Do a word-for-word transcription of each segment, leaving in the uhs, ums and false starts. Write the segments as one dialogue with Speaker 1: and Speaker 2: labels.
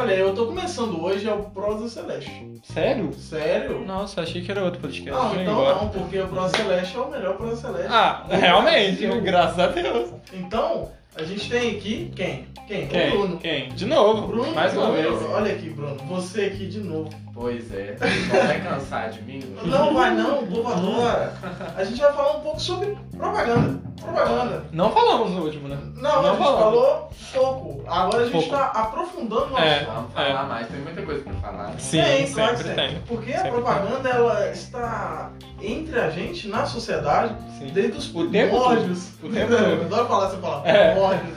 Speaker 1: Olha, eu tô começando hoje, é o Prosa Celeste.
Speaker 2: Sério?
Speaker 1: Sério?
Speaker 2: Nossa, achei que era outro podcast.
Speaker 1: Não,
Speaker 2: Vou
Speaker 1: então
Speaker 2: embora.
Speaker 1: não, porque o Prosa Celeste é o melhor Prosa Celeste.
Speaker 2: Ah,
Speaker 1: do
Speaker 2: realmente,
Speaker 1: Brasil.
Speaker 2: graças a Deus.
Speaker 1: Então, a gente tem aqui quem? Quem?
Speaker 2: Quem?
Speaker 1: O Bruno.
Speaker 2: Quem? De novo,
Speaker 1: Bruno,
Speaker 2: mais uma
Speaker 1: Bruno,
Speaker 2: vez.
Speaker 1: Olha aqui, Bruno, você aqui de novo.
Speaker 3: Pois é, não vai cansar de mim?
Speaker 1: Não vai não, por favor. A gente vai falar um pouco sobre propaganda. Propaganda.
Speaker 2: Não falamos no último, né?
Speaker 1: Não,
Speaker 2: Não
Speaker 1: a gente
Speaker 2: falamos.
Speaker 1: falou pouco. Agora a gente
Speaker 2: Pouco.
Speaker 1: tá aprofundando no
Speaker 2: É.
Speaker 1: assunto.
Speaker 3: Vamos falar mais, tem muita coisa pra falar. Né?
Speaker 2: Sim,
Speaker 1: Tem, claro que
Speaker 2: sempre tem.
Speaker 1: Porque
Speaker 2: Sempre
Speaker 1: a propaganda ela está entre a gente na sociedade
Speaker 2: Sim.
Speaker 1: desde os
Speaker 2: O tempo
Speaker 1: primórdios.
Speaker 2: todo. O tempo
Speaker 1: Eu
Speaker 2: todo.
Speaker 1: adoro falar essa palavra.
Speaker 2: É.
Speaker 1: Primórdios.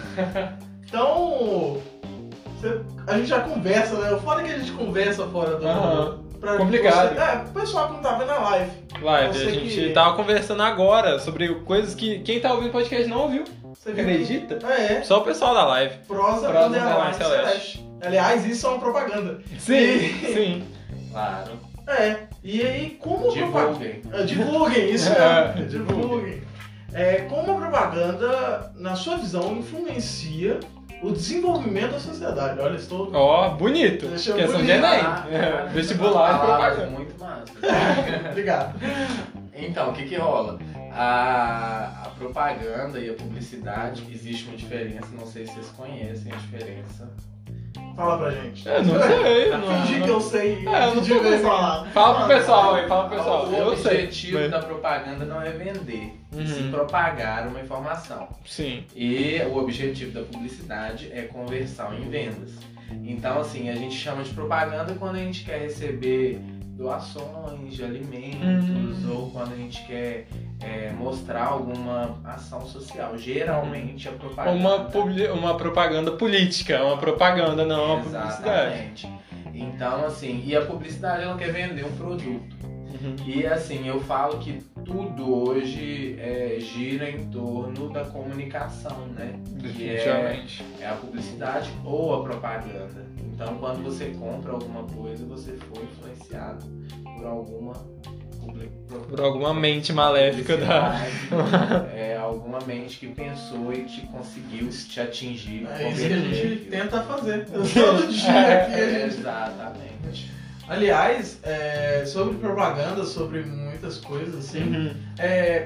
Speaker 1: Então, você- a gente já conversa, né? O foda é que a gente conversa fora do.
Speaker 2: Aham.
Speaker 1: pra
Speaker 2: Complicado.
Speaker 1: você- é, pro pessoal que não tá vendo a live.
Speaker 2: Live,
Speaker 1: Você
Speaker 2: a gente
Speaker 1: que-
Speaker 2: tava conversando agora sobre coisas que quem tá ouvindo podcast não ouviu.
Speaker 1: Você viu?
Speaker 2: Acredita?
Speaker 1: É,
Speaker 2: Só o pessoal da live.
Speaker 1: prosa,
Speaker 2: Prosa
Speaker 1: underline
Speaker 2: underline
Speaker 1: celeste.
Speaker 2: celeste.
Speaker 1: Aliás, isso é uma propaganda.
Speaker 2: Sim,
Speaker 1: E-
Speaker 2: sim.
Speaker 3: Claro.
Speaker 1: É, e aí, como a propaganda.
Speaker 3: Divulguem.
Speaker 1: É, divulguem, isso
Speaker 2: É,
Speaker 1: mesmo. Divulguem. É, como a propaganda, na sua visão, influencia o desenvolvimento da sociedade? Olha, estou.
Speaker 2: Ó, bonito.
Speaker 1: Deixa eu
Speaker 2: Questão de
Speaker 1: bonito.
Speaker 2: Enem.
Speaker 3: Ah,
Speaker 2: É, vestibular e
Speaker 3: palavras
Speaker 2: propaganda.
Speaker 3: muito massa.
Speaker 1: Obrigado.
Speaker 3: Então, o que que rola? A, a propaganda e a publicidade, existe uma diferença, não sei se vocês conhecem a diferença.
Speaker 1: Fala pra gente.
Speaker 2: Eu não sei,
Speaker 1: Fingir que
Speaker 2: não.
Speaker 1: eu sei.
Speaker 2: É, eu não
Speaker 1: fingir
Speaker 2: tô
Speaker 1: que eu sei
Speaker 2: conseguindo.
Speaker 1: falar.
Speaker 2: Fala pro pessoal aí, fala pro pessoal.
Speaker 3: O
Speaker 2: Eu sei.
Speaker 3: objetivo
Speaker 2: mas-
Speaker 3: da propaganda não é vender,
Speaker 2: Uhum.
Speaker 3: se propagar uma informação.
Speaker 2: Sim.
Speaker 3: E o objetivo da publicidade é conversão em vendas. Então, assim, a gente chama de propaganda quando a gente quer receber doações de alimentos
Speaker 2: Hum.
Speaker 3: ou quando a gente quer é, mostrar alguma ação social. Geralmente a propaganda...
Speaker 2: Uma, publi- uma propaganda política, uma propaganda, não uma publicidade.
Speaker 3: Exatamente. Então, assim, e a publicidade ela quer vender um produto.
Speaker 2: Uhum.
Speaker 3: E assim, eu falo que tudo hoje é, gira em torno da comunicação, né? Que é,
Speaker 2: Definitivamente.
Speaker 3: é a publicidade ou a propaganda. Então, quando você compra alguma coisa, você foi influenciado por alguma publi-
Speaker 2: Por alguma mente maléfica da.
Speaker 3: publicidade, é, alguma mente que pensou e te conseguiu te atingir.
Speaker 1: É isso que a gente
Speaker 3: converter.
Speaker 1: tenta fazer. Todo dia aqui a
Speaker 3: É,
Speaker 1: gente.
Speaker 3: exatamente.
Speaker 1: Aliás, é, sobre propaganda, sobre muitas coisas assim,
Speaker 2: Uhum.
Speaker 1: é,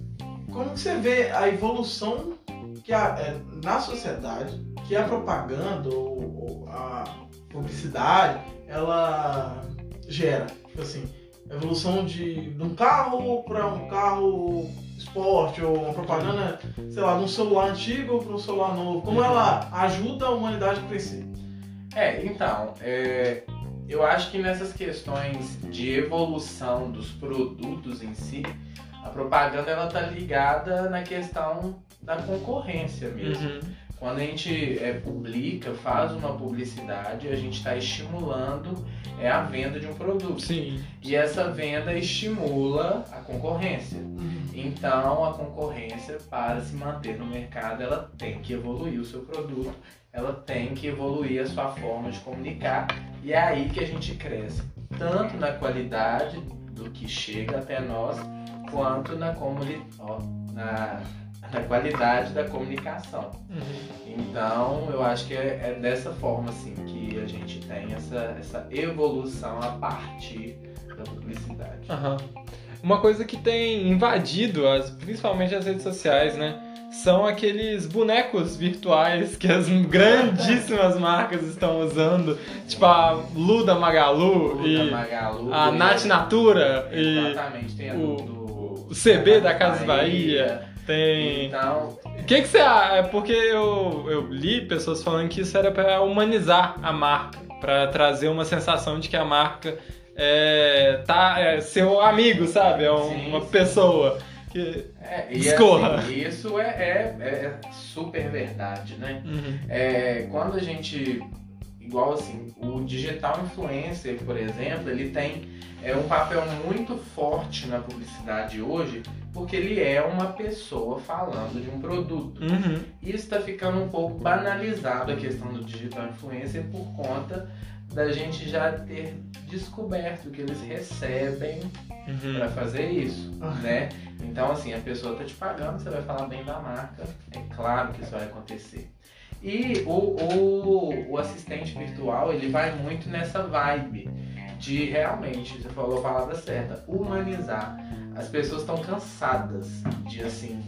Speaker 1: como que você vê a evolução que a, é, na sociedade, que a propaganda ou, ou a publicidade, ela gera? Tipo assim, a evolução de, de um carro para um carro esporte, ou uma propaganda, sei lá, de um celular antigo para um celular novo. Como ela ajuda a humanidade a crescer?
Speaker 3: É, então, é, eu acho que nessas questões de evolução dos produtos em si, a propaganda ela tá ligada na questão da concorrência mesmo.
Speaker 2: Uhum.
Speaker 3: Quando a gente é, publica, faz uma publicidade, a gente está estimulando é, a venda de um produto.
Speaker 2: Sim.
Speaker 3: E essa venda estimula a concorrência. Então, a concorrência, para se manter no mercado, ela tem que evoluir o seu produto, ela tem que evoluir a sua forma de comunicar, e é aí que a gente cresce, tanto na qualidade do que chega até nós, quanto na, comuni... ó, na... na qualidade da comunicação.
Speaker 2: Uhum.
Speaker 3: Então, eu acho que é, é dessa forma assim, que a gente tem essa, essa evolução a partir da publicidade.
Speaker 2: Aham. Uma coisa que tem invadido, as, principalmente as redes sociais, né? São aqueles bonecos virtuais que as grandíssimas marcas estão usando. Tipo a Lu da Magalu
Speaker 3: Lu
Speaker 2: e
Speaker 3: da Magalu,
Speaker 2: a
Speaker 3: e-
Speaker 2: Nath Natura e
Speaker 3: Exatamente, tem a
Speaker 2: o-
Speaker 3: do,
Speaker 2: o C B da Casas Bahia. Tem...
Speaker 3: Então,
Speaker 2: O que que você acha? É porque eu, eu li pessoas falando que isso era para humanizar a marca, para trazer uma sensação de que a marca é, tá, é seu amigo, sabe? É um-
Speaker 3: Sim,
Speaker 2: uma
Speaker 3: sim.
Speaker 2: pessoa que...
Speaker 3: é, e
Speaker 2: Discorra.
Speaker 3: assim, isso é, é, é super verdade, né?
Speaker 2: Uhum.
Speaker 3: É, quando a gente, igual assim, o digital influencer, por exemplo, ele tem é, um papel muito forte na publicidade hoje, porque ele é uma pessoa falando de um produto.
Speaker 2: Uhum.
Speaker 3: Isso está ficando um pouco banalizado a questão do digital influencer por conta da gente já ter descoberto que eles recebem
Speaker 2: Uhum.
Speaker 3: para fazer isso, né? Então, assim, a pessoa tá te pagando, você vai falar bem da marca, é claro que isso vai acontecer. E o, o, o assistente virtual, ele vai muito nessa vibe de realmente, você falou a palavra certa, humanizar. As pessoas estão cansadas de, assim,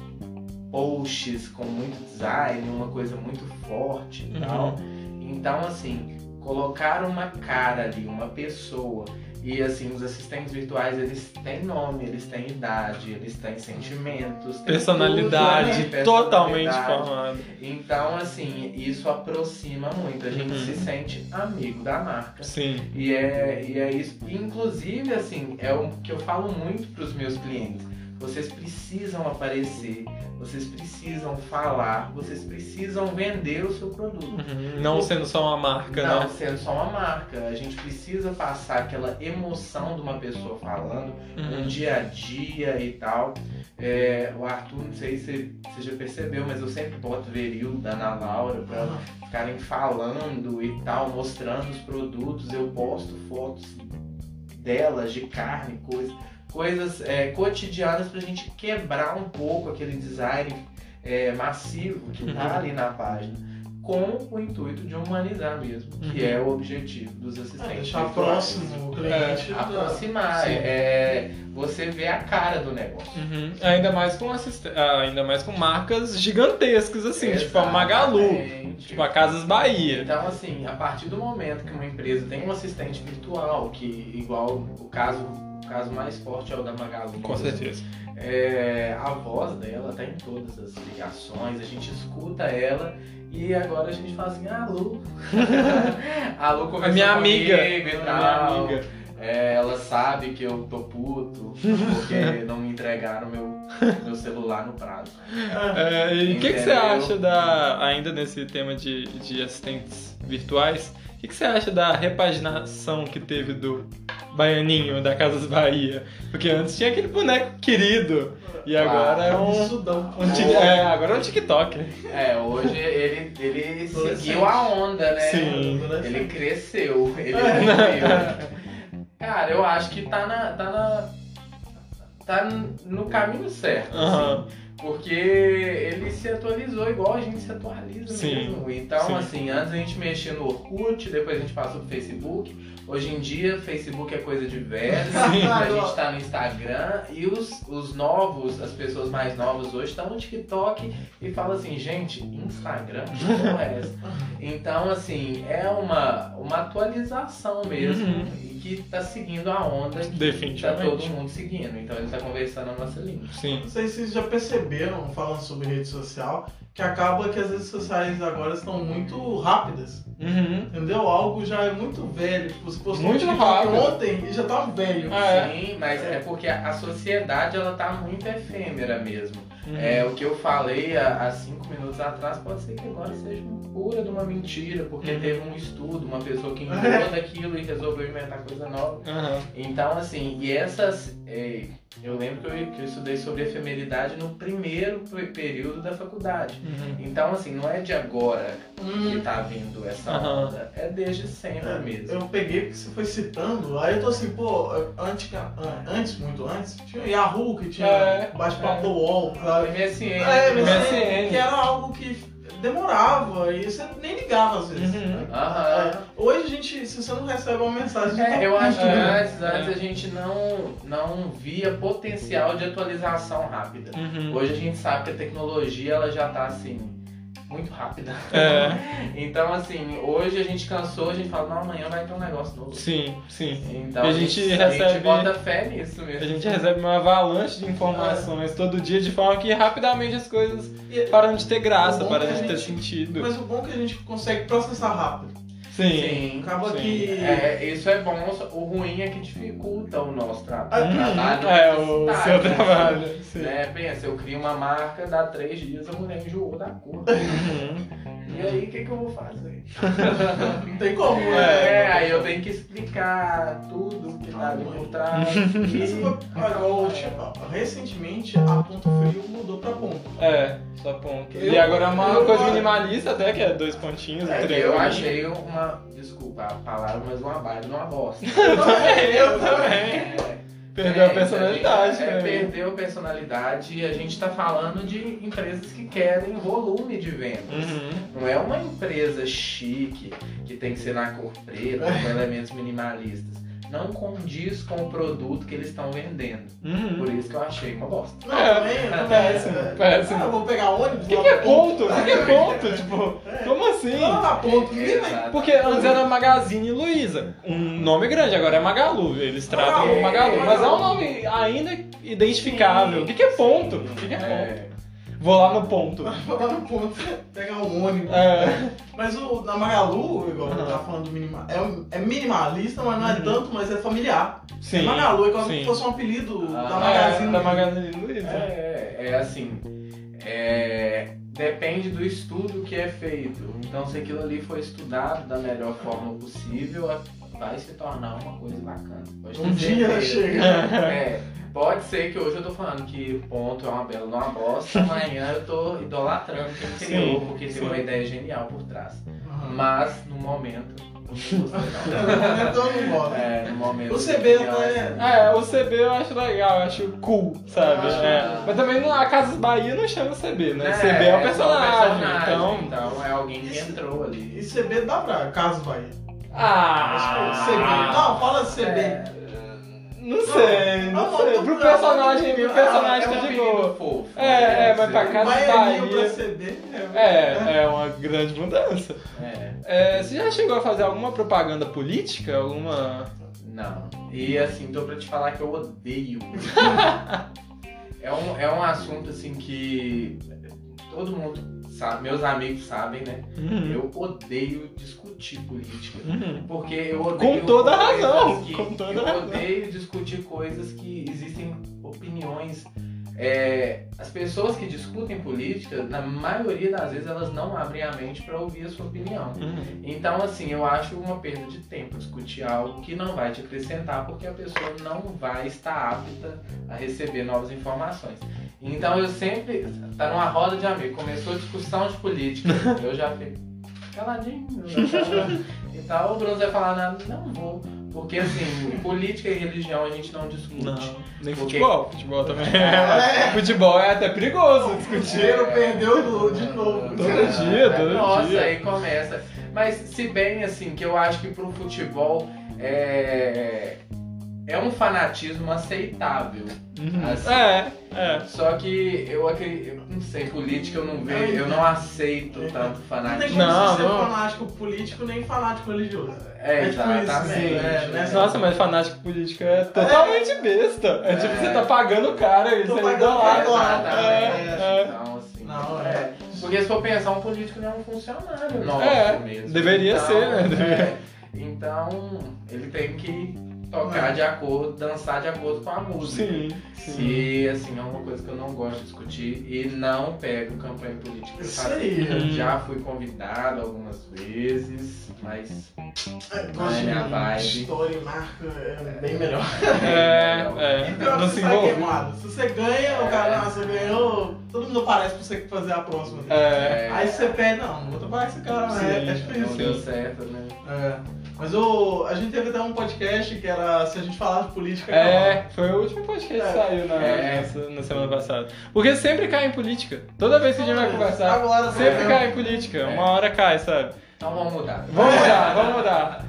Speaker 3: posts com muito design, uma coisa muito forte e tal. Então, assim, colocar uma cara ali, uma pessoa. E assim, os assistentes virtuais, eles têm nome, eles têm idade, eles têm sentimentos, têm
Speaker 2: personalidade,
Speaker 3: tudo, né?
Speaker 2: totalmente
Speaker 3: Personalidade.
Speaker 2: formada.
Speaker 3: Então, assim, isso aproxima muito, a gente
Speaker 2: Uhum.
Speaker 3: se sente amigo da marca.
Speaker 2: Sim.
Speaker 3: E é, e é isso. Inclusive, assim, é o que eu falo muito para os meus clientes. Vocês precisam aparecer, vocês precisam falar, vocês precisam vender o seu produto.
Speaker 2: Uhum. Não sendo só uma marca,
Speaker 3: Não
Speaker 2: né?
Speaker 3: sendo só uma marca. A gente precisa passar aquela emoção de uma pessoa falando,
Speaker 2: Uhum.
Speaker 3: um dia a dia e tal. É, o Arthur, não sei se você já percebeu, mas eu sempre boto Veril da Ana Laura pra elas ficarem falando e tal, mostrando os produtos. Eu posto fotos delas de carne, coisa, coisas é, cotidianas pra gente quebrar um pouco aquele design é, massivo que tá
Speaker 2: Uhum.
Speaker 3: ali na página, com o intuito de humanizar mesmo, que
Speaker 2: Uhum.
Speaker 3: é o objetivo dos
Speaker 1: É,
Speaker 3: assistentes
Speaker 1: deixar
Speaker 3: virtuais.
Speaker 1: próximo o cliente. da-
Speaker 3: Aproximar,
Speaker 1: Sim.
Speaker 3: é, você vê a cara do negócio.
Speaker 2: Uhum. Ainda mais com assist... ah, ainda mais com marcas gigantescas, assim, tipo a Magalu,
Speaker 3: Exatamente.
Speaker 2: tipo a Casas Bahia.
Speaker 3: Então, assim, a partir do momento que uma empresa tem um assistente virtual, que igual o caso, o caso mais forte é o da Magalu.
Speaker 2: Com certeza.
Speaker 3: É, a voz dela tá em todas as ligações, a gente escuta ela e agora a gente fala assim, ah, Lu. A Lu
Speaker 2: A
Speaker 3: conversou
Speaker 2: minha amiga.
Speaker 3: comigo e
Speaker 2: A
Speaker 3: tal.
Speaker 2: minha amiga.
Speaker 3: É, ela sabe que eu tô puto porque não me entregaram meu, meu celular no prazo.
Speaker 2: É, e o que, que você
Speaker 3: Entendeu?
Speaker 2: acha da. Ainda nesse tema de, de assistentes virtuais, o que, que você acha da repaginação que teve do Baianinho da Casas Bahia? Porque antes tinha aquele boneco querido. E agora é um.
Speaker 1: Absurdão.
Speaker 2: um tic- é, agora é um TikTok.
Speaker 3: É, hoje ele, ele
Speaker 1: Adolescente.
Speaker 3: seguiu a onda, né?
Speaker 2: Sim.
Speaker 3: Ele cresceu, ele evoluiu. Cara, eu acho que tá na. tá na. tá no caminho certo,
Speaker 2: Aham.
Speaker 3: assim. Porque ele se atualizou igual a gente se atualiza
Speaker 2: Sim,
Speaker 3: mesmo. Então,
Speaker 2: sim.
Speaker 3: assim, antes a gente mexia no Orkut, depois a gente passou pro Facebook. Hoje em dia, Facebook é coisa de velho.
Speaker 2: Sim.
Speaker 3: A gente tá no Instagram. E os, os novos, as pessoas mais novas hoje estão no TikTok e falam assim, gente, Instagram? Que porra é essa? Então, assim, é uma, uma atualização mesmo.
Speaker 2: Uhum.
Speaker 3: E que tá seguindo a onda que tá
Speaker 2: Definitivamente.
Speaker 3: todo mundo seguindo. Então ele tá conversando a nossa língua.
Speaker 2: Sim.
Speaker 1: Não sei se vocês já perceberam, falando sobre rede social, que acaba que as redes sociais agora estão muito rápidas.
Speaker 2: Uhum.
Speaker 1: Entendeu? Algo já é muito velho. Tipo, você postou
Speaker 2: Muito
Speaker 1: um TikTok
Speaker 2: rápido.
Speaker 1: ontem e já tá velho.
Speaker 2: Ah, é?
Speaker 3: Sim, mas é porque a a sociedade ela tá muito efêmera mesmo.
Speaker 2: Uhum.
Speaker 3: É, o que eu falei há, há cinco minutos atrás pode ser que agora seja uma pura de uma mentira, porque
Speaker 2: Uhum.
Speaker 3: teve um estudo, uma pessoa que entrou daquilo e resolveu inventar coisa nova.
Speaker 2: Aham.
Speaker 3: Então, assim, e essas. é, eu lembro que eu, que eu estudei sobre efemeridade no primeiro pe- período da faculdade.
Speaker 2: Uhum.
Speaker 3: Então, assim, não é de agora que
Speaker 1: Hum,
Speaker 3: tá vindo essa
Speaker 2: Aham.
Speaker 3: onda, é desde sempre
Speaker 1: é,
Speaker 3: mesmo.
Speaker 1: eu peguei porque você foi citando, aí eu tô assim, pô, antes, antes muito antes, tinha o Yahoo que tinha
Speaker 2: É,
Speaker 1: bate-papo
Speaker 2: é.
Speaker 1: do U O L, sabe?
Speaker 3: M S N.
Speaker 1: É,
Speaker 2: M S N.
Speaker 1: que era algo que demorava e você nem ligava às vezes.
Speaker 2: Uhum.
Speaker 1: né?
Speaker 3: Aham.
Speaker 1: É, hoje a gente, se você não recebe uma mensagem, já
Speaker 3: É,
Speaker 1: tá
Speaker 3: eu acho que
Speaker 1: puto, né?
Speaker 3: antes, antes a gente não, não via potencial de atualização rápida.
Speaker 2: Uhum.
Speaker 3: Hoje a gente sabe que a tecnologia ela já tá assim, muito rápida.
Speaker 2: É,
Speaker 3: Então assim, hoje a gente cansou, a gente fala, não, amanhã vai ter um negócio novo.
Speaker 2: sim, sim.
Speaker 3: Então
Speaker 2: E a
Speaker 3: a
Speaker 2: gente
Speaker 3: gente, a gente
Speaker 2: recebe-
Speaker 3: bota fé nisso mesmo.
Speaker 2: A gente recebe uma avalanche de informações todo dia, de forma que rapidamente as coisas
Speaker 1: E-
Speaker 2: param de ter graça,
Speaker 1: O bom
Speaker 2: param
Speaker 1: é que
Speaker 2: de
Speaker 1: a
Speaker 2: ter
Speaker 1: gente-
Speaker 2: sentido.
Speaker 1: Mas o bom é que a gente consegue processar rápido.
Speaker 2: Sim.
Speaker 3: Sim.
Speaker 1: Acaba
Speaker 2: Sim.
Speaker 1: que.
Speaker 3: É, isso é bom, o ruim é que dificulta o nosso tra-
Speaker 1: Ah,
Speaker 3: trabalho.
Speaker 2: É, o
Speaker 3: publicitário,
Speaker 2: seu
Speaker 3: né?
Speaker 2: trabalho. Sim.
Speaker 3: Né? Pensa, eu crio uma marca, dá três dias, a mulher enjoou da cor.
Speaker 2: Uhum.
Speaker 3: E aí, o que, que eu vou fazer?
Speaker 1: Não tem como,
Speaker 3: É,
Speaker 1: né?
Speaker 3: aí eu tenho que explicar tudo que tá ali por trás.
Speaker 1: Isso
Speaker 3: E...
Speaker 1: foi- olha, eu tinha- recentemente a Ponto Frio mudou pra ponto.
Speaker 2: É, só ponto.
Speaker 1: Eu-
Speaker 2: E agora é uma
Speaker 1: eu-
Speaker 2: coisa minimalista até, que é dois pontinhos, um
Speaker 3: É,
Speaker 2: triângulo.
Speaker 3: eu achei uma. Desculpa a palavra, mas uma baile, uma bosta.
Speaker 2: Eu também, eu também.
Speaker 3: É,
Speaker 2: Perdeu
Speaker 3: É,
Speaker 2: a personalidade,
Speaker 3: isso, é,
Speaker 2: né?
Speaker 3: perdeu a personalidade e a gente tá falando de empresas que querem volume de vendas.
Speaker 2: Uhum.
Speaker 3: Não é uma empresa chique, que tem que ser na cor preta, com elementos minimalistas. Não condiz com o produto que eles estão vendendo.
Speaker 2: Uhum.
Speaker 3: Por isso que eu achei uma bosta.
Speaker 1: Não,
Speaker 2: É,
Speaker 1: também, também.
Speaker 2: péssimo,
Speaker 1: é,
Speaker 2: péssimo.
Speaker 1: Ah, eu vou pegar ônibus.
Speaker 2: O que,
Speaker 1: lá
Speaker 2: que é
Speaker 1: no
Speaker 2: ponto? O que, que é ponto? Tipo,
Speaker 1: É.
Speaker 2: como assim?
Speaker 1: Lá na ponto, ninguém vai.
Speaker 3: Exato.
Speaker 2: Porque antes era Magazine Luiza, um nome grande, agora é Magalu, eles tratam como Magalu, mas é um nome ainda identificável. O que, que é ponto? O que, que é ponto?
Speaker 3: É,
Speaker 2: Vou lá no ponto.
Speaker 1: Vou lá no ponto, pegar um ônibus.
Speaker 2: É.
Speaker 1: Mas o, na Magalu, igual
Speaker 2: Uhum.
Speaker 1: eu tava falando do minimal, é, um- é minimalista, mas não é
Speaker 2: Uhum.
Speaker 1: tanto, mas é familiar.
Speaker 2: Sim.
Speaker 1: Magalu é como
Speaker 2: sim.
Speaker 1: se fosse um apelido
Speaker 3: Ah,
Speaker 1: da
Speaker 3: é,
Speaker 1: Magazine.
Speaker 2: da Magazine Luiza.
Speaker 3: é, é assim, é, depende do estudo que é feito. Então, se aquilo ali foi estudado da melhor forma possível, vai se tornar uma coisa bacana. Pode ter
Speaker 1: Um dia
Speaker 3: certeza.
Speaker 1: chega.
Speaker 3: É, pode ser que hoje eu tô falando que ponto é uma bela uma bosta, amanhã eu tô idolatrando quem criou,
Speaker 2: Sim,
Speaker 3: porque
Speaker 2: sim.
Speaker 3: tem uma ideia genial por trás.
Speaker 1: Uhum.
Speaker 3: Mas, no momento, eu não gostei não.
Speaker 1: Então eu não gosto.
Speaker 3: É, no momento...
Speaker 1: O C B
Speaker 3: eu
Speaker 1: até-
Speaker 3: acho-
Speaker 2: É, o C B eu acho legal, eu acho cool, sabe?
Speaker 1: Eu acho
Speaker 2: É.
Speaker 3: legal.
Speaker 2: Mas também no- a Casas Bahia não chama C B, né?
Speaker 3: É,
Speaker 2: C B é o
Speaker 3: só
Speaker 2: personagem,
Speaker 3: personagem,
Speaker 2: então...
Speaker 3: então é alguém que
Speaker 1: Isso-
Speaker 3: entrou ali.
Speaker 1: E C B dá pra Casas Bahia.
Speaker 2: Ah!
Speaker 1: Acho que C B. Não, fala C B.
Speaker 3: É,
Speaker 2: Não sei, não,
Speaker 1: Não,
Speaker 2: sei.
Speaker 1: não,
Speaker 2: Pro
Speaker 1: não,
Speaker 2: personagem,
Speaker 1: não,
Speaker 2: pro
Speaker 1: não,
Speaker 2: personagem
Speaker 3: é um
Speaker 2: tá de
Speaker 3: apelido
Speaker 2: boa.
Speaker 3: fofo.
Speaker 2: É, é, mas pra
Speaker 3: Você-
Speaker 2: Casas
Speaker 1: Baianinho
Speaker 2: Bahia-
Speaker 1: pra C B.
Speaker 2: É, é uma grande mudança.
Speaker 3: É,
Speaker 2: É, você já chegou a fazer alguma propaganda política? Alguma.
Speaker 3: não. E assim, tô pra te falar que eu odeio. é, um, é um assunto assim que todo mundo sabe, meus amigos sabem, né?
Speaker 2: Uhum.
Speaker 3: Eu odeio discutir política.
Speaker 2: Uhum.
Speaker 3: Porque eu odeio.
Speaker 2: Com toda a
Speaker 3: coisas
Speaker 2: razão,
Speaker 3: que-
Speaker 2: com toda
Speaker 3: eu
Speaker 2: a razão.
Speaker 3: odeio discutir coisas que existem opiniões. É, as pessoas que discutem política, na maioria das vezes, elas não abrem a mente para ouvir a sua opinião.
Speaker 2: Uhum.
Speaker 3: Então, assim, eu acho uma perda de tempo discutir algo que não vai te acrescentar, porque a pessoa não vai estar apta a receber novas informações. Então, eu sempre, tá numa roda de amigos, começou a discussão de política, eu já fico caladinho, eu já falo, e tal, o Bruno vai falar nada, não vou. Porque, assim, política e religião a gente não discute.
Speaker 2: Não, nem
Speaker 3: Porque-
Speaker 2: futebol. Futebol também.
Speaker 1: É.
Speaker 2: Futebol é até perigoso discutir.
Speaker 1: Tiro perdeu do, de novo.
Speaker 2: Todo dia, todo
Speaker 3: Nossa,
Speaker 2: dia.
Speaker 3: aí começa. Mas se bem assim, que eu acho que pro futebol é, é um fanatismo aceitável.
Speaker 2: Uhum.
Speaker 3: Assim.
Speaker 2: É, é.
Speaker 3: Só que eu acredito, eu não sei, política eu não vejo, eu não aceito tanto
Speaker 1: Não tem
Speaker 3: fanatismo.
Speaker 1: como
Speaker 2: Não,
Speaker 1: você ser
Speaker 2: não.
Speaker 1: fanático político nem fanático religioso.
Speaker 3: É,
Speaker 1: É tipo isso,
Speaker 3: exatamente.
Speaker 1: assim, é, né?
Speaker 2: Nossa, mas fanático político é totalmente besta. É, tipo,
Speaker 3: É.
Speaker 2: você tá pagando o cara e
Speaker 1: Tô
Speaker 2: você
Speaker 1: pagando o
Speaker 2: idolatra.
Speaker 1: cara,
Speaker 3: Exatamente.
Speaker 2: É, é.
Speaker 3: Então, assim,
Speaker 1: Não,
Speaker 3: é.
Speaker 1: é.
Speaker 3: Porque se for pensar, um político não é um funcionário nosso
Speaker 2: É,
Speaker 3: mesmo.
Speaker 2: deveria
Speaker 3: Então,
Speaker 2: ser, né? Deveria.
Speaker 3: é, então, ele tem que tocar
Speaker 1: É.
Speaker 3: de acordo, dançar de acordo com a música.
Speaker 2: Sim, sim.
Speaker 3: E, assim, é uma coisa que eu não gosto de discutir e não pego campanha política pra
Speaker 1: Isso
Speaker 3: fazer.
Speaker 1: aí.
Speaker 2: Uhum.
Speaker 3: Já fui convidado algumas vezes, mas
Speaker 1: É,
Speaker 3: Não
Speaker 1: gosto
Speaker 3: é minha
Speaker 1: de
Speaker 3: vibe.
Speaker 1: história e marca é bem melhor.
Speaker 2: É, é.
Speaker 1: Então
Speaker 2: Não
Speaker 1: você
Speaker 2: se
Speaker 1: sai
Speaker 2: envolve.
Speaker 1: queimado. Se você ganha, o cara, ah, você ganhou, todo mundo aparece pra você fazer a próxima.
Speaker 2: É.
Speaker 1: Aí você pede, não, não vou trabalhar com esse cara,
Speaker 2: Sim,
Speaker 1: né? É
Speaker 3: não
Speaker 1: difícil.
Speaker 3: deu certo, né?
Speaker 1: É. Mas o, a gente teve até um podcast que era se a gente falasse de política.
Speaker 2: É, foi o último podcast que
Speaker 1: É.
Speaker 2: saiu na,
Speaker 3: É.
Speaker 2: nessa- na semana passada. Porque sempre cai em política. Toda vez que a gente vai conversar,
Speaker 1: Agora
Speaker 2: sempre
Speaker 1: é.
Speaker 2: cai em política. Uma hora cai, sabe?
Speaker 3: Então vamos mudar.
Speaker 2: Vamos mudar, vamos mudar.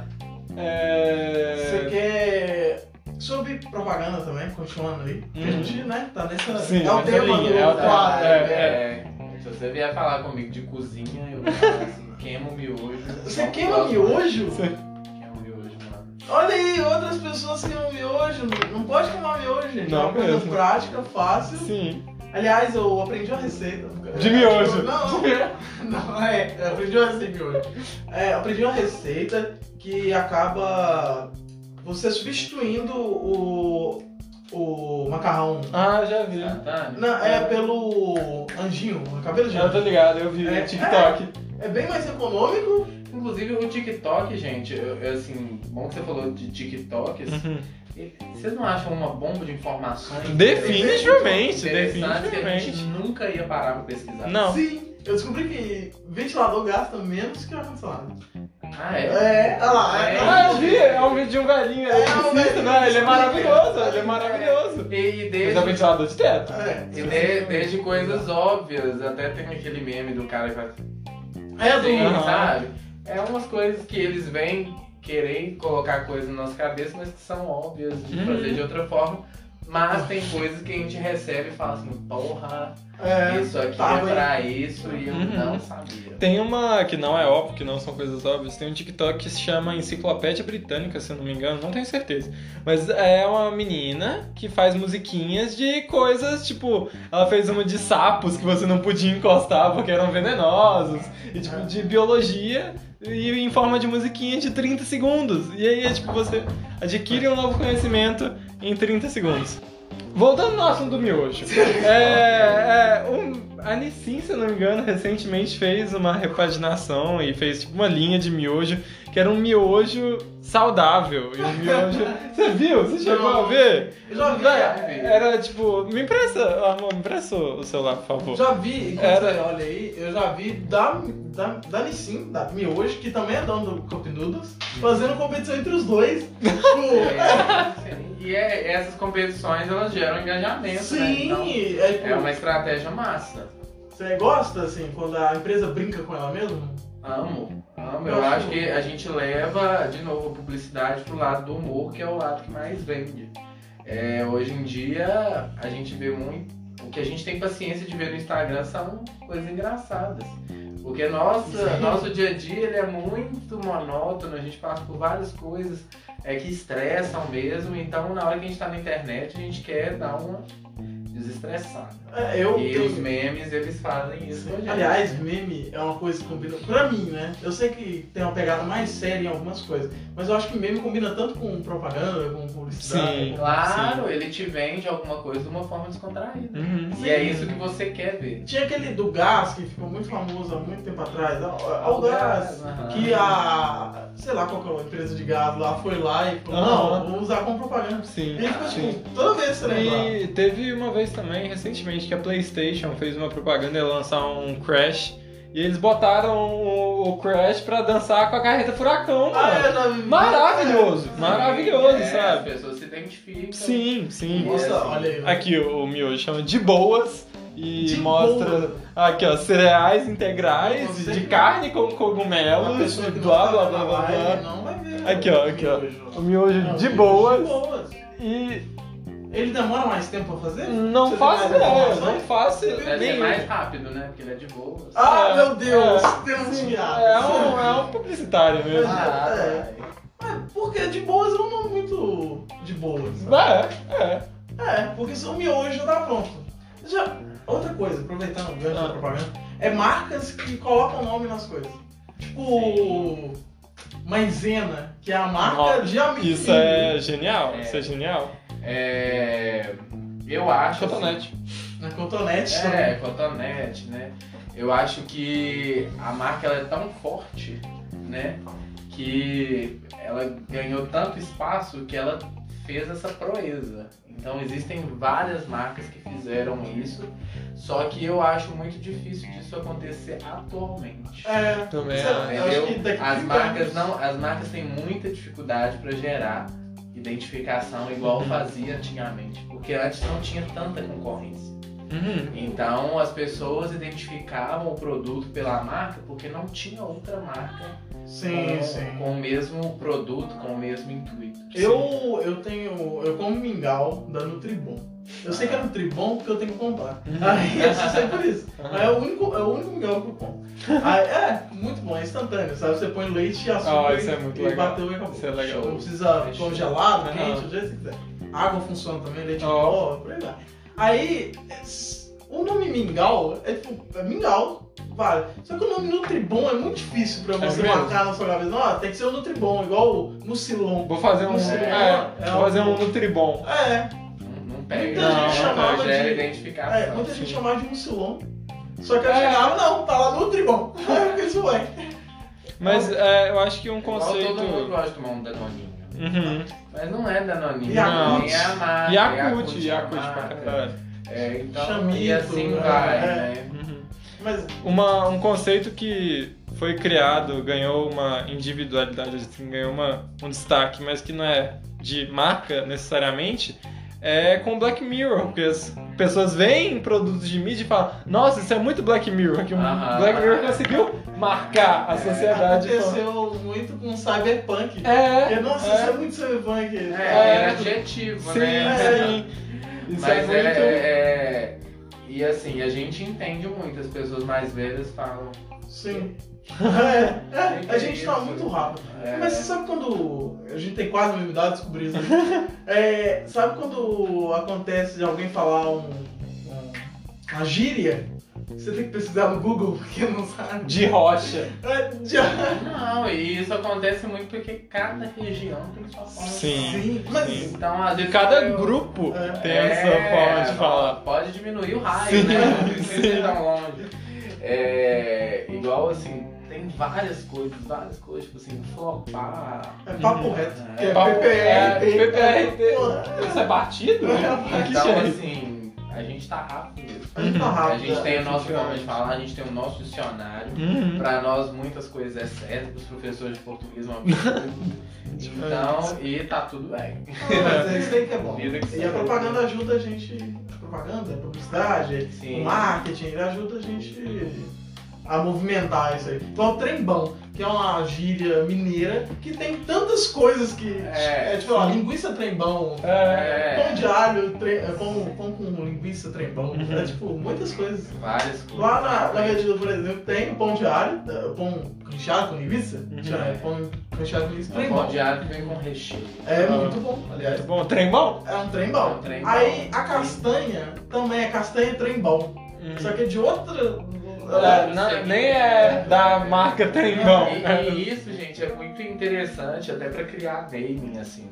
Speaker 2: É...
Speaker 1: Você quer. Sobre propaganda também, continuando aí. Que a
Speaker 2: Uhum.
Speaker 1: gente, né, tá nessa.
Speaker 2: Sim,
Speaker 1: é o
Speaker 2: nessa
Speaker 1: tema
Speaker 2: linha,
Speaker 1: do
Speaker 2: é o tema,
Speaker 1: quadro.
Speaker 2: é,
Speaker 1: né?
Speaker 3: É, se você vier falar comigo de cozinha, eu vou falar assim, queima o miojo.
Speaker 1: Você
Speaker 3: Não
Speaker 1: queima
Speaker 3: posso
Speaker 1: miojo?
Speaker 3: mais. Queima o miojo, mano.
Speaker 1: Olha aí, outras pessoas queimam miojo. Não pode queimar miojo, gente.
Speaker 2: Não
Speaker 1: é uma coisa
Speaker 2: mesmo.
Speaker 1: prática, fácil.
Speaker 2: Sim.
Speaker 1: Aliás, eu aprendi uma receita.
Speaker 2: De miojo.
Speaker 1: Não, não é. Eu aprendi uma receita de miojo. É, eu aprendi uma receita que acaba você substituindo o, o macarrão.
Speaker 2: Ah, já vi.
Speaker 3: Instantâneo?
Speaker 1: Não, é pelo anjinho, cabelo de
Speaker 2: Eu tô
Speaker 1: anjo.
Speaker 2: ligado, eu vi
Speaker 1: É,
Speaker 2: no TikTok.
Speaker 1: É bem mais econômico.
Speaker 3: Inclusive o TikTok, gente, eu, eu, assim, bom que você falou de TikTok,
Speaker 2: Uhum.
Speaker 3: e- vocês não acham uma bomba de informações?
Speaker 2: Definitivamente,
Speaker 3: interessantes que a gente
Speaker 2: definitivamente.
Speaker 3: nunca ia parar pra pesquisar.
Speaker 2: Não.
Speaker 1: Sim. eu descobri que ventilador gasta menos que ar-condicionado.
Speaker 3: Ah, é?
Speaker 1: É, olha lá.
Speaker 3: É.
Speaker 2: Ah, eu vi, é um vídeo de um velhinho,
Speaker 1: É,
Speaker 2: é,
Speaker 1: um velhinho,
Speaker 2: né? Ele é maravilhoso, ele é
Speaker 3: É.
Speaker 2: maravilhoso.
Speaker 3: E, e
Speaker 2: Mas é um
Speaker 3: desde,
Speaker 2: ventilador de teto.
Speaker 1: É,
Speaker 3: e de- desde coisas óbvias, até tem aquele meme do cara que faz
Speaker 1: é do.
Speaker 3: assim,
Speaker 2: Aham.
Speaker 3: sabe? É umas coisas que eles vêm querer colocar coisas na nossa cabeça, mas que são óbvias de
Speaker 2: Uhum.
Speaker 3: fazer de outra forma. Mas tem coisas que a gente recebe e fala assim, porra,
Speaker 1: É,
Speaker 3: isso aqui
Speaker 1: tava
Speaker 3: é pra isso e eu
Speaker 2: Uhum.
Speaker 3: não sabia.
Speaker 2: Tem uma que não é óbvio, que não são coisas óbvias, tem um TikTok que se chama Enciclopédia Britânica, se eu não me engano, não tenho certeza. Mas é uma menina que faz musiquinhas de coisas, tipo, ela fez uma de sapos que você não podia encostar porque eram venenosos, e tipo, de biologia, e em forma de musiquinha de trinta segundos. E aí é tipo, você adquire um novo conhecimento em trinta segundos. Voltando no assunto do miojo. É, é, um, a Nissin, se eu não me engano, recentemente fez uma repaginação e fez tipo uma linha de miojo que era um miojo saudável. E um miojo. Você viu? Você chegou
Speaker 1: Não.
Speaker 2: a ver?
Speaker 1: Eu já vi,
Speaker 2: Véi, era tipo. Me empresta, amor, me empresta o celular, por favor.
Speaker 1: já vi, enquanto
Speaker 2: Era-
Speaker 1: você olha aí, eu já vi da, da, da Nissin, da Miojo, que também é dono do Cup Noodles, fazendo competição entre os dois. Tipo,
Speaker 3: É, sim. E é- essas competições elas geram engajamento, né? Então,
Speaker 1: sim, é, tipo,
Speaker 3: é uma estratégia massa.
Speaker 1: você gosta, assim, quando a empresa brinca com ela mesma?
Speaker 3: Amo, amo.
Speaker 1: Eu
Speaker 3: Eu
Speaker 1: acho
Speaker 3: acho que a gente leva, de novo, a publicidade pro lado do humor, que é o lado que mais vende. É, hoje em dia, a gente vê muito... O que a gente tem paciência de ver no Instagram são coisas engraçadas. Porque nossa,
Speaker 1: Sim.
Speaker 3: nosso dia a dia ele é muito monótono, a gente passa por várias coisas é, que estressam mesmo. Então, na hora que a gente tá na internet, a gente quer dar uma desestressada.
Speaker 1: É, eu
Speaker 3: E
Speaker 1: tenho-
Speaker 3: os memes, eles fazem isso com a gente.
Speaker 1: Aliás, meme é uma coisa que combina. Pra mim, né? Eu sei que tem uma pegada mais séria em algumas coisas, mas eu acho que meme combina tanto com propaganda, com publicidade.
Speaker 2: Sim.
Speaker 1: com-
Speaker 3: Claro, ele te vende alguma coisa de uma forma descontraída.
Speaker 2: Uhum.
Speaker 3: E é isso que você quer ver.
Speaker 1: Tinha aquele do gás que ficou muito famoso há muito tempo atrás. Ao gás.
Speaker 3: Aham.
Speaker 1: Que a. Sei lá qual que é a empresa de gás lá foi lá e falou:
Speaker 2: Aham.
Speaker 1: não, vou usar como propaganda.
Speaker 2: Sim,
Speaker 1: E aí ficou
Speaker 2: sim.
Speaker 1: tipo, toda vez que você lembrar.
Speaker 2: E teve uma vez também, recentemente, que a PlayStation fez uma propaganda e ia lançar um Crash. E eles botaram o, o Crash pra dançar com a carreta Furacão,
Speaker 1: Ah,
Speaker 2: mano.
Speaker 1: eu já vi.
Speaker 2: Maravilhoso, maravilhoso,
Speaker 3: É,
Speaker 2: sabe?
Speaker 3: As pessoas se identificam.
Speaker 2: Sim, sim.
Speaker 1: Nossa,
Speaker 3: É, assim.
Speaker 1: olha aí.
Speaker 2: Aqui o, o miojo chama de boas e
Speaker 1: De
Speaker 2: mostra
Speaker 1: boa.
Speaker 2: aqui ó, cereais integrais
Speaker 1: Você
Speaker 2: de
Speaker 1: que-
Speaker 2: carne com
Speaker 1: Uma
Speaker 2: cogumelos,
Speaker 1: pessoa que
Speaker 2: blá
Speaker 1: não
Speaker 2: blá
Speaker 1: tá
Speaker 2: blá
Speaker 1: na
Speaker 2: blá
Speaker 1: live
Speaker 2: blá.
Speaker 1: não vai ver.
Speaker 2: Aqui ó,
Speaker 1: o
Speaker 2: aqui ó.
Speaker 1: miojo.
Speaker 2: O miojo
Speaker 1: Não,
Speaker 2: de
Speaker 1: miojo
Speaker 2: boas
Speaker 1: De boas.
Speaker 2: e
Speaker 1: Ele demora mais tempo pra fazer?
Speaker 2: não
Speaker 1: Você
Speaker 2: faço
Speaker 1: tem mais
Speaker 2: ideia,
Speaker 1: informação?
Speaker 2: não faço
Speaker 3: Deve ser
Speaker 2: nem
Speaker 3: mais rápido, né? Porque ele é de boas.
Speaker 1: Ah,
Speaker 2: É,
Speaker 1: meu Deus,
Speaker 2: é,
Speaker 1: temos
Speaker 2: sim,
Speaker 1: piada.
Speaker 2: é um, é um publicitário mesmo.
Speaker 3: Ah,
Speaker 1: é. É, porque de boas é um nome muito de boas. sabe?
Speaker 2: É, é.
Speaker 1: É, porque se o miojo já tá pronto. Já, outra coisa, aproveitando o gancho da
Speaker 2: Ah.
Speaker 1: propaganda, é marcas que colocam nome nas coisas. Tipo, Maisena, que é a marca
Speaker 2: Ó,
Speaker 1: de amigo.
Speaker 2: Isso é genial,
Speaker 3: É.
Speaker 2: isso é genial.
Speaker 3: É, eu acho.
Speaker 2: Cotonete.
Speaker 1: Na Cotonete
Speaker 3: Assim,
Speaker 1: também.
Speaker 3: é, cotonete, né? Eu acho que a marca ela é tão forte, né? Que ela ganhou tanto espaço que ela fez essa proeza. Então existem várias marcas que fizeram isso, só que eu acho muito difícil disso acontecer atualmente.
Speaker 1: É,
Speaker 2: Também
Speaker 1: sei lá,
Speaker 2: acho.
Speaker 1: eu acho que
Speaker 3: Entendeu?
Speaker 1: daqui
Speaker 3: As
Speaker 1: trinta
Speaker 3: marcas
Speaker 1: anos-
Speaker 3: não, as marcas têm muita dificuldade para gerar identificação igual
Speaker 2: Uhum.
Speaker 3: fazia antigamente, porque antes não tinha tanta concorrência.
Speaker 2: Uhum.
Speaker 3: Então as pessoas identificavam o produto pela marca porque não tinha outra marca
Speaker 1: Sim,
Speaker 3: com,
Speaker 1: sim.
Speaker 3: com o mesmo produto, com o mesmo intuito.
Speaker 1: Eu, eu tenho. Eu como mingau da Nutribon. Eu sei que é Nutribon porque eu tenho que comprar.
Speaker 2: Uhum.
Speaker 1: Aí eu só sei por isso.
Speaker 2: Uhum.
Speaker 1: Aí é o único, é o único mingau que eu como. Aí, é, muito bom, é instantâneo, sabe? Você põe leite e açúcar
Speaker 2: Ah, isso
Speaker 1: e,
Speaker 2: é muito
Speaker 1: e
Speaker 2: legal.
Speaker 1: bateu e acabou.
Speaker 2: Isso é legal.
Speaker 1: Não precisa
Speaker 3: É show.
Speaker 1: congelado,
Speaker 2: Uhum.
Speaker 1: quente, do jeito que você quiser. Água funciona também, leite em
Speaker 2: Ó.
Speaker 1: pó, por aí vai. Aí, o nome mingau é tipo, é mingau, vale. Só que o nome Nutribon é muito difícil pra você
Speaker 2: mesmo?
Speaker 1: marcar na sua cabeça. Não, tem que ser o Nutribon, igual o Mucilon.
Speaker 2: Vou fazer um.
Speaker 1: Não sei,
Speaker 2: É,
Speaker 1: é
Speaker 2: vou fazer
Speaker 1: algo-
Speaker 2: um Nutribom.
Speaker 1: É,
Speaker 3: Não, não pega,
Speaker 1: Muita
Speaker 2: gente chamava
Speaker 3: não gera
Speaker 1: de-
Speaker 3: identificação.
Speaker 1: é, muita gente
Speaker 2: sim.
Speaker 1: chamava de Mucilon. Só que eu
Speaker 2: É.
Speaker 1: chegava, não, tá lá Nutribon. Aí isso vai.
Speaker 2: Mas é, eu acho que um
Speaker 3: Igual
Speaker 2: conceito.
Speaker 3: todo mundo gosta de tomar um danoninho.
Speaker 2: Uhum.
Speaker 3: Mas não é danoninho,
Speaker 1: Yakult.
Speaker 3: nem é a marca.
Speaker 2: Yakut,
Speaker 3: é a
Speaker 2: Yakut pra
Speaker 3: marca.
Speaker 2: caralho.
Speaker 3: É, então,
Speaker 1: Chamito,
Speaker 3: e assim
Speaker 1: né?
Speaker 3: vai,
Speaker 1: É.
Speaker 3: né?
Speaker 2: Uhum.
Speaker 1: Mas
Speaker 2: Uma, um conceito que foi criado, ganhou uma individualidade, assim, ganhou uma, um destaque, mas que não é de marca necessariamente, é com Black Mirror, porque as pessoas veem produtos de mídia e falam, nossa, isso é muito Black Mirror, que o
Speaker 3: Aham.
Speaker 2: Black Mirror conseguiu marcar a sociedade.
Speaker 1: aconteceu muito com Cyberpunk.
Speaker 2: É,
Speaker 1: Porque, nossa,
Speaker 2: é.
Speaker 1: isso é muito Cyberpunk.
Speaker 3: É,
Speaker 2: É.
Speaker 3: é adjetivo,
Speaker 2: Sim,
Speaker 3: né?
Speaker 2: sim. Isso
Speaker 3: Mas
Speaker 2: é muito...
Speaker 3: é, E assim, a gente entende muito, as pessoas mais velhas falam.
Speaker 1: Sim. É, é,
Speaker 3: Que
Speaker 1: a gente tá
Speaker 3: isso?
Speaker 1: muito rápido.
Speaker 3: É.
Speaker 1: Mas você sabe quando. A gente tem quase a mesma idade, descobri isso. É, sabe quando acontece de alguém falar um, um- uma gíria? Você tem que pesquisar no Google, porque não sabe.
Speaker 2: De rocha.
Speaker 1: É, de-
Speaker 3: Não, e isso acontece muito porque cada região tem sua forma.
Speaker 2: Sim.
Speaker 1: Sim, mas.
Speaker 2: Sim.
Speaker 3: Então, às
Speaker 2: De
Speaker 3: vezes.
Speaker 2: cada
Speaker 3: eu-
Speaker 2: grupo
Speaker 1: É.
Speaker 2: tem essa forma de falar.
Speaker 3: Pode diminuir o raio,
Speaker 2: Sim,
Speaker 3: né? Não precisa
Speaker 2: sim.
Speaker 3: ir tão longe. É, igual assim, tem várias coisas, várias coisas, tipo assim, flopar.
Speaker 1: É papo
Speaker 2: Uhum.
Speaker 1: reto.
Speaker 3: É.
Speaker 1: Que é
Speaker 2: Papo-
Speaker 1: P P R.
Speaker 2: é, P P R.
Speaker 1: Porra.
Speaker 2: Isso é batido? Que
Speaker 3: Então,
Speaker 2: jeito.
Speaker 3: assim, a gente tá rápido mesmo.
Speaker 1: A gente tá
Speaker 2: Uhum.
Speaker 1: rápido.
Speaker 3: A gente tem o nosso
Speaker 1: efetivamente.
Speaker 3: forma de falar, a gente tem o nosso dicionário.
Speaker 2: Uhum.
Speaker 3: Pra nós muitas coisas é certo, pros professores de português é um absurdo. Então, e tá tudo bem.
Speaker 1: Ah, mas é isso aí que é bom.
Speaker 3: Vida que
Speaker 1: E a
Speaker 3: segue.
Speaker 1: propaganda ajuda a gente. A propaganda, a publicidade,
Speaker 3: Sim.
Speaker 1: o marketing, ele ajuda a gente a movimentar isso aí. Então, o trembão, que é uma gíria mineira que tem tantas coisas que.
Speaker 3: É,
Speaker 1: É, tipo, ó, linguiça trembão,
Speaker 2: É.
Speaker 1: pão de alho, tre... é, pão, pão com linguiça trembão.
Speaker 2: Uhum.
Speaker 1: É tipo, muitas coisas.
Speaker 3: Várias coisas.
Speaker 1: Lá na, na Medida, por exemplo, tem pão de alho, é, pão recheado com linguiça.
Speaker 2: Uhum.
Speaker 1: Já é pão recheado com linguiça
Speaker 3: Um
Speaker 1: trembão.
Speaker 3: pão de alho que vem com recheio.
Speaker 1: É muito bom, aliás.
Speaker 2: Bom, trem bom?
Speaker 1: É um trembão.
Speaker 3: É um trembão.
Speaker 1: Aí a castanha também é castanha trembão. Só que é de outra.
Speaker 2: É, não- nem é da marca trem bom.
Speaker 3: E, e isso, gente, é muito interessante até para criar naming, assim.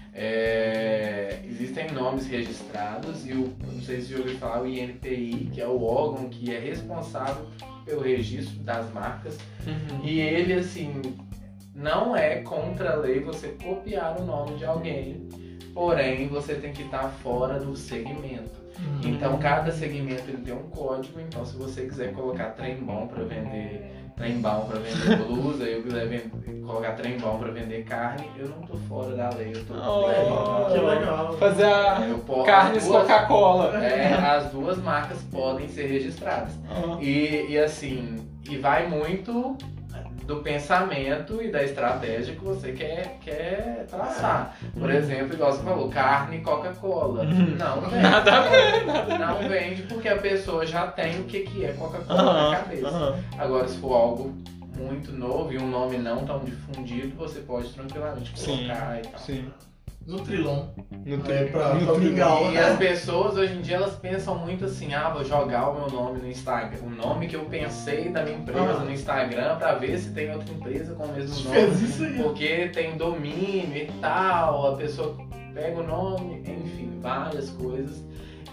Speaker 3: É, existem nomes registrados e o, não sei se você ouviu falar, o I N P I, que é o órgão que é responsável pelo registro das marcas.
Speaker 2: Uhum.
Speaker 3: E ele, assim, não é contra a lei você copiar o nome de alguém, porém você tem que estar fora do segmento. Então cada segmento ele tem um código, então se você quiser colocar trem bom para vender trem bom para vender blusa, eu quiser vender, colocar trem bom para vender carne, eu não tô fora da lei, eu tô
Speaker 2: Oh,
Speaker 1: Que legal.
Speaker 2: Fazer a
Speaker 3: Eu posso-
Speaker 2: carnes
Speaker 3: as duas-
Speaker 2: Coca-Cola.
Speaker 3: É, as duas marcas podem ser registradas.
Speaker 2: Ah.
Speaker 3: E, e assim, e vai muito do pensamento e da estratégia que você quer, quer traçar. Por exemplo, igual você falou, carne e Coca-Cola.
Speaker 2: Uhum.
Speaker 3: Não vende.
Speaker 2: Nada a ver, nada a
Speaker 3: Não
Speaker 2: ver.
Speaker 3: vende porque a pessoa já tem o que, que é Coca-Cola na
Speaker 2: Aham,
Speaker 3: cabeça.
Speaker 2: aham.
Speaker 3: Agora, se for algo muito novo e um nome não tão difundido, você pode tranquilamente
Speaker 2: Sim,
Speaker 3: colocar e tal.
Speaker 2: sim.
Speaker 1: Nutrilon.
Speaker 2: No
Speaker 1: É, pra-
Speaker 2: no
Speaker 1: pra
Speaker 2: tri-
Speaker 1: mingau.
Speaker 3: E as pessoas hoje em dia elas pensam muito assim, ah, vou jogar o meu nome no Instagram, o nome que eu pensei da minha empresa
Speaker 1: Ah.
Speaker 3: no Instagram pra ver se tem outra empresa com o mesmo
Speaker 1: Fez
Speaker 3: nome,
Speaker 1: isso aí.
Speaker 3: porque tem domínio e tal, a pessoa pega o nome, enfim, várias coisas.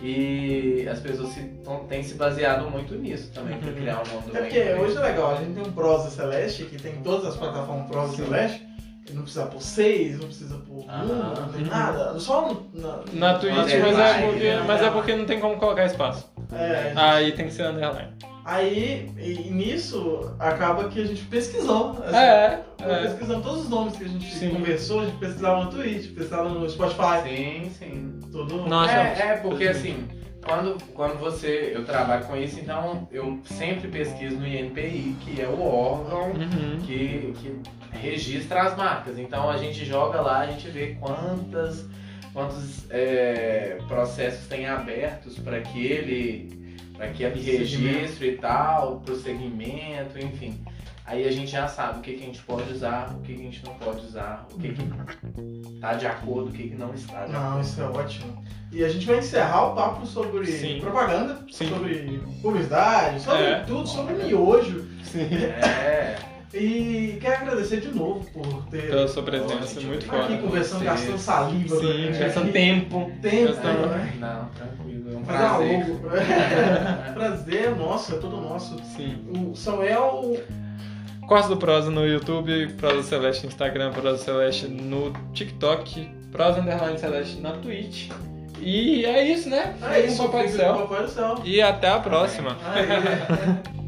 Speaker 3: E as pessoas se, tão- têm se baseado muito nisso também pra
Speaker 2: Uhum.
Speaker 3: criar o nome do
Speaker 1: É porque hoje é legal, a gente tem um Prosa Celeste, que tem todas as plataformas Prosa
Speaker 2: Sim.
Speaker 1: Celeste. Não precisa por seis, não precisa por
Speaker 3: Ah.
Speaker 1: um, não tem
Speaker 2: Uhum.
Speaker 1: nada. Só no- na,
Speaker 2: Na Twitch, mas é,
Speaker 3: Underline,
Speaker 2: porque,
Speaker 1: né?
Speaker 2: mas é porque não tem como colocar espaço.
Speaker 1: É,
Speaker 2: Aí tem que ser underline.
Speaker 1: Aí, e nisso, acaba que a gente pesquisou. assim,
Speaker 2: É, é.
Speaker 1: Pesquisando todos os nomes que a gente
Speaker 2: Sim.
Speaker 1: conversou, a gente pesquisava no Twitch, pesquisava no Spotify,
Speaker 3: Sim, sim.
Speaker 1: tudo.
Speaker 2: Nossa.
Speaker 3: É, é, porque assim, quando, quando você. Eu trabalho com isso, então eu sempre pesquiso no I N P I, que é o órgão
Speaker 2: Uhum.
Speaker 3: que, que registra as marcas. Então a gente joga lá, a gente vê quantas, quantos é, processos tem abertos para aquele, para aquele registro e tal, para o segmento, enfim. Aí a gente já sabe o que, que a gente pode usar, o que, que a gente não pode usar, o que está de acordo, o que, que não está de acordo.
Speaker 1: Não, isso é ótimo. E a gente vai encerrar o papo sobre
Speaker 2: Sim.
Speaker 1: propaganda,
Speaker 2: Sim.
Speaker 1: sobre publicidade, sobre
Speaker 2: É.
Speaker 1: tudo, sobre miojo.
Speaker 2: Sim.
Speaker 3: É.
Speaker 1: E quero agradecer de novo por ter
Speaker 2: Pela sua presença,
Speaker 3: Ótimo.
Speaker 2: muito
Speaker 1: aqui
Speaker 2: foda.
Speaker 1: conversando,
Speaker 3: Você-
Speaker 1: gastando saliva. pra
Speaker 2: Sim,
Speaker 1: gente
Speaker 2: gastando
Speaker 1: aqui.
Speaker 2: tempo.
Speaker 1: Tempo,
Speaker 2: Gastando-
Speaker 1: né?
Speaker 3: Não, tranquilo, é um
Speaker 1: Fazer uma
Speaker 3: prazer.
Speaker 1: logo. Prazer, nosso, é todo nosso.
Speaker 2: Sim.
Speaker 1: O Samuel.
Speaker 2: Cortes do Prosa no YouTube, Prosa Celeste no Instagram, Prosa Celeste no TikTok, Prosa Underline Celeste na Twitch. E é isso, né?
Speaker 1: É isso,
Speaker 2: Papai do
Speaker 1: fica
Speaker 2: Céu.
Speaker 1: com o Papai do Céu.
Speaker 2: E até a próxima.
Speaker 1: Aí,